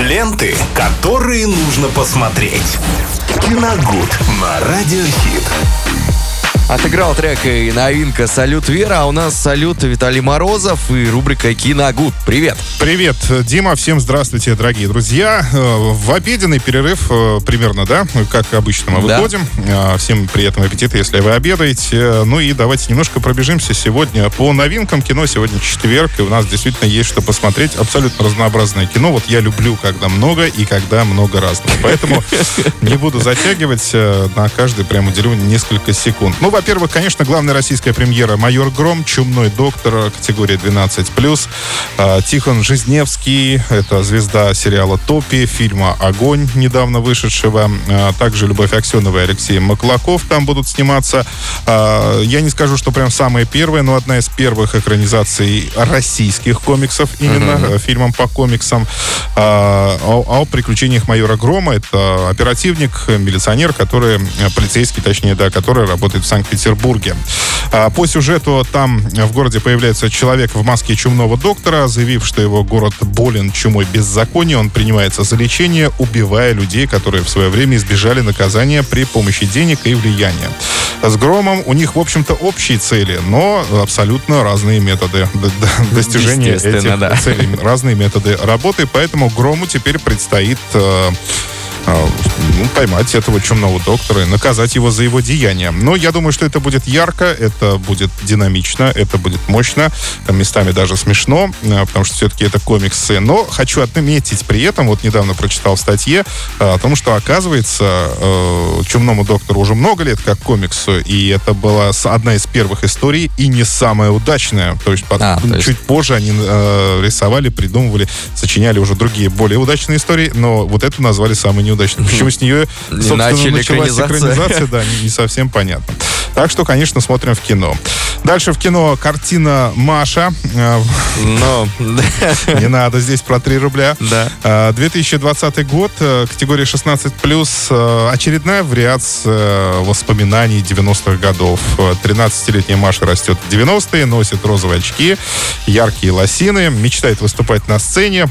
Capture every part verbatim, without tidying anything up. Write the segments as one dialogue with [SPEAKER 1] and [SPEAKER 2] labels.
[SPEAKER 1] Ленты, которые нужно посмотреть. Киногуд на Радиохит.
[SPEAKER 2] Отыграл трек и новинка «Салют, Вера», а у нас «Салют» Виталий Морозов и рубрика «Киногуд». Привет!
[SPEAKER 3] Привет, Дима, всем здравствуйте, дорогие друзья. В обеденный перерыв примерно, да, как обычно мы выходим. Да. Всем приятного аппетита, если вы обедаете. Ну и давайте немножко пробежимся сегодня по новинкам кино. Сегодня четверг, и у нас действительно есть что посмотреть. Абсолютно разнообразное кино. Вот я люблю, когда много и когда много разного. Поэтому не буду затягивать, на каждый прям уделю несколько секунд. Ну, во-первых, конечно, главная российская премьера «Майор Гром», «Чумной доктор», категория двенадцать плюс. Тихон Жизневский, это звезда сериала «Топи», фильма «Огонь», недавно вышедшего. Также Любовь Аксенова и Алексей Маклаков там будут сниматься. Я не скажу, что прям самая первая, но одна из первых экранизаций российских комиксов, именно uh-huh. фильмом по комиксам. О, о приключениях майора Грома. Это оперативник, милиционер, который, полицейский, точнее, да, который работает в Санкт-Петербурге. По сюжету там в городе появляется человек в маске чумного доктора, заявив, что его город болен чумой беззакония. Он принимается за лечение, убивая людей, которые в свое время избежали наказания при помощи денег и влияния. С Громом у них, в общем-то, общие цели, но абсолютно разные методы достижения этих да. целей, разные методы работы, поэтому Грому теперь предстоит Ну, поймать этого чумного доктора и наказать его за его деяния. Но я думаю, что это будет ярко, это будет динамично, это будет мощно, местами даже смешно, потому что все-таки это комиксы. Но хочу отметить при этом, вот недавно прочитал в статье о том, что, оказывается, чумному доктору уже много лет как комиксу, и это была одна из первых историй и не самая удачная. То есть, а, чуть то есть... позже они рисовали, придумывали, сочиняли уже другие, более удачные истории, но вот эту назвали самой неудачной. Почему с нее, собственно, началась экранизация, да, не, не совсем понятно. Так что, конечно, смотрим в кино. Дальше в кино картина «Маша».
[SPEAKER 2] Но...
[SPEAKER 3] Не надо здесь про три рубля.
[SPEAKER 2] Да.
[SPEAKER 3] две тысячи двадцатый год, категория шестнадцать плюс. Очередная вариация воспоминаний девяностых годов. тринадцатилетняя Маша растет в девяностые, носит розовые очки, яркие лосины, мечтает выступать на сцене.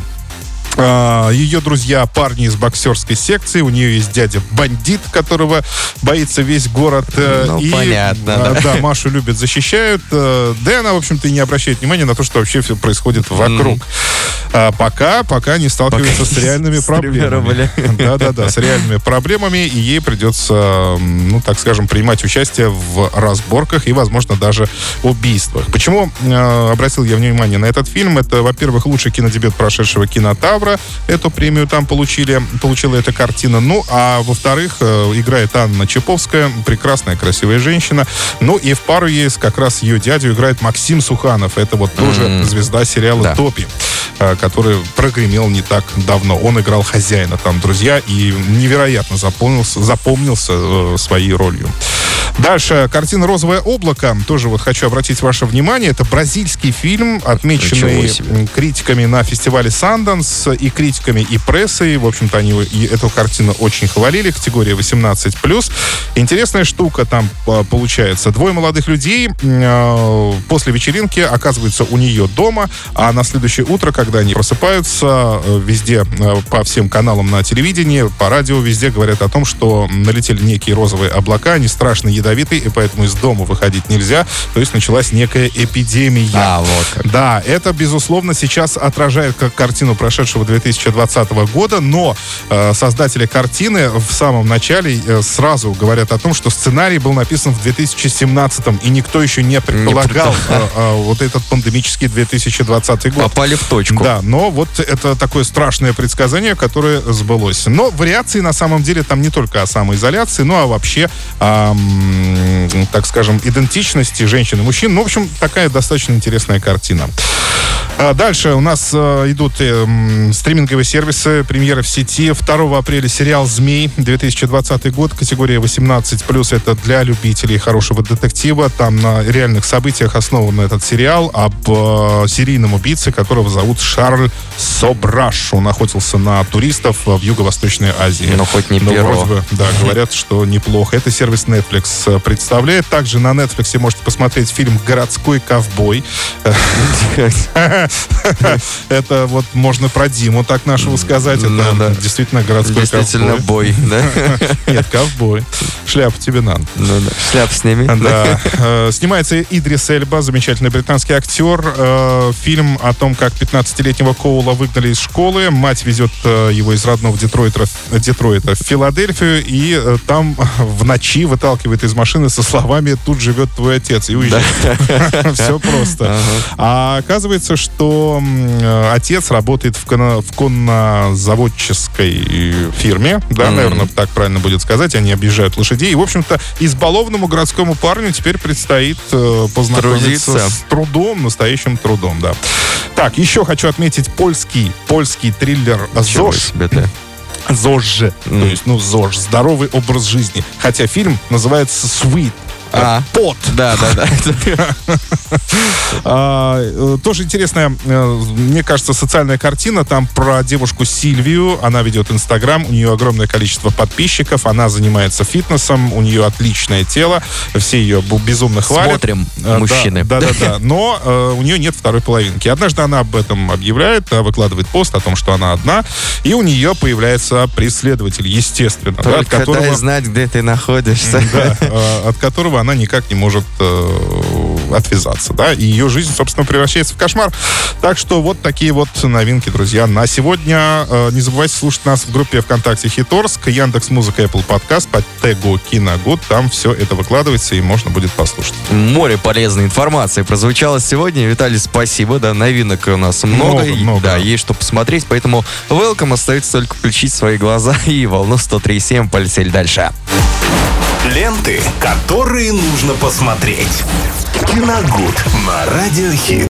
[SPEAKER 3] Ее друзья парни из боксерской секции. У нее есть дядя-бандит, которого боится весь город.
[SPEAKER 2] Ну,
[SPEAKER 3] и,
[SPEAKER 2] понятно.
[SPEAKER 3] Да, да, Машу любят, защищают. Да, она, в общем-то, и не обращает внимания на то, что вообще все происходит вокруг. Mm. Пока, пока не сталкивается пока с реальными проблемами. Да-да-да, с реальными проблемами, и ей придется, ну, так скажем, принимать участие в разборках и, возможно, даже убийствах. Почему обратил я внимание на этот фильм? Это, во-первых, лучший кинодебют прошедшего «Кинотавра». Эту премию там получили, получила эта картина. Ну, а во-вторых, играет Анна Чаповская, прекрасная, красивая женщина. Ну, и в пару ей как раз ее дядю играет Максим Суханов. Это вот тоже mm-hmm. звезда сериала да. «Топи», который прогремел не так давно. Он играл хозяина там, друзья, и невероятно запомнился, запомнился своей ролью. Дальше картина «Розовое облако». Тоже вот хочу обратить ваше внимание. Это бразильский фильм, отмеченный критиками на фестивале «Санданс», и критиками, и прессой. В общем-то, они и эту картину очень хвалили. Категория восемнадцать плюс. Интересная штука там получается. Двое молодых людей э, после вечеринки оказываются у нее дома, а на следующее утро, когда они просыпаются, везде, по всем каналам на телевидении, по радио, везде говорят о том, что налетели некие розовые облака, они страшно ядовитые, и поэтому из дома выходить нельзя. То есть началась некая эпидемия.
[SPEAKER 2] А, вот как.
[SPEAKER 3] Да, это, безусловно, сейчас отражает как картину прошедшего две тысячи двадцатого года, но э, создатели картины в самом начале э, сразу говорят о том, что сценарий был написан в две тысячи семнадцатом, и никто еще не предполагал не э, э, вот этот пандемический две тысячи двадцатый год.
[SPEAKER 2] Попали в точку.
[SPEAKER 3] Да, но вот это такое страшное предсказание, которое сбылось. Но вариации на самом деле там не только о самоизоляции, но а вообще, э, так скажем, идентичности женщин и мужчин. Ну, в общем, такая достаточно интересная картина. Дальше у нас э, идут э, стриминговые сервисы, премьера в сети. второго апреля сериал «Змей», две тысячи двадцатый год, категория восемнадцать плюс. Это для любителей хорошего детектива. Там на реальных событиях основан этот сериал об э, серийном убийце, которого зовут Шарль Собраш. Он охотился на туристов в Юго-Восточной Азии.
[SPEAKER 2] Ну, хоть не перо.
[SPEAKER 3] Вроде бы, да, говорят, что неплохо. Это сервис Netflix представляет. Также на Netflix можете посмотреть фильм «Городской ковбой». Это вот можно про Диму так нашего сказать. Это действительно городской ковбой.
[SPEAKER 2] Действительно бой, да?
[SPEAKER 3] Нет, ковбой. Шляпу тебе надо.
[SPEAKER 2] Ну да, шляпу сними.
[SPEAKER 3] Да. Снимается Идрис Эльба, замечательный британский актер. Фильм о том, как пятнадцатилетнего Коула выгнали из школы. Мать везет его из родного Детройта, Детройта в Филадельфию, и там в ночи выталкивает из машины со словами «Тут живет твой отец» и уезжает. Все просто. А оказывается, что отец работает в коннозаводческой фирме, да, наверное, так правильно будет сказать, они объезжают лошадей. И, в общем-то, избалованному городскому парню теперь предстоит познакомиться Трудиться. с трудом, настоящим трудом, да. Так, еще хочу отметить польский, польский триллер «ЗОЖ». ЗОЖ, mm. то есть, ну, ЗОЖ, здоровый образ жизни. Хотя фильм называется «Sweet».
[SPEAKER 2] А,
[SPEAKER 3] пот.
[SPEAKER 2] Да, да, да.
[SPEAKER 3] а, тоже интересная, мне кажется, социальная картина. Там про девушку Сильвию. Она ведет Инстаграм. У нее огромное количество подписчиков. Она занимается фитнесом. У нее отличное тело. Все ее безумно хвалят.
[SPEAKER 2] Смотрим, мужчины.
[SPEAKER 3] Да, да, да, да. Но э, у нее нет второй половинки. Однажды она об этом объявляет, выкладывает пост о том, что она одна. И у нее появляется преследователь, естественно.
[SPEAKER 2] Только да, от которого, дай знать, где ты находишься.
[SPEAKER 3] Да, э, от которого она никак не может э, отвязаться, да, и ее жизнь, собственно, превращается в кошмар. Так что вот такие вот новинки, друзья, на сегодня. Э, не забывайте слушать нас в группе ВКонтакте Хиторск, Яндекс.Музыка, Apple Podcast под тегу Киногуд. Там все это выкладывается, и можно будет послушать.
[SPEAKER 2] Море полезной информации прозвучало сегодня. Виталий, спасибо, да, новинок у нас много,
[SPEAKER 3] много, много.
[SPEAKER 2] Да, есть что посмотреть, поэтому welcome, остается только включить свои глаза и волну сто три и семь полетели дальше.
[SPEAKER 1] Ленты, которые нужно посмотреть. Киногуд на Радио Хит.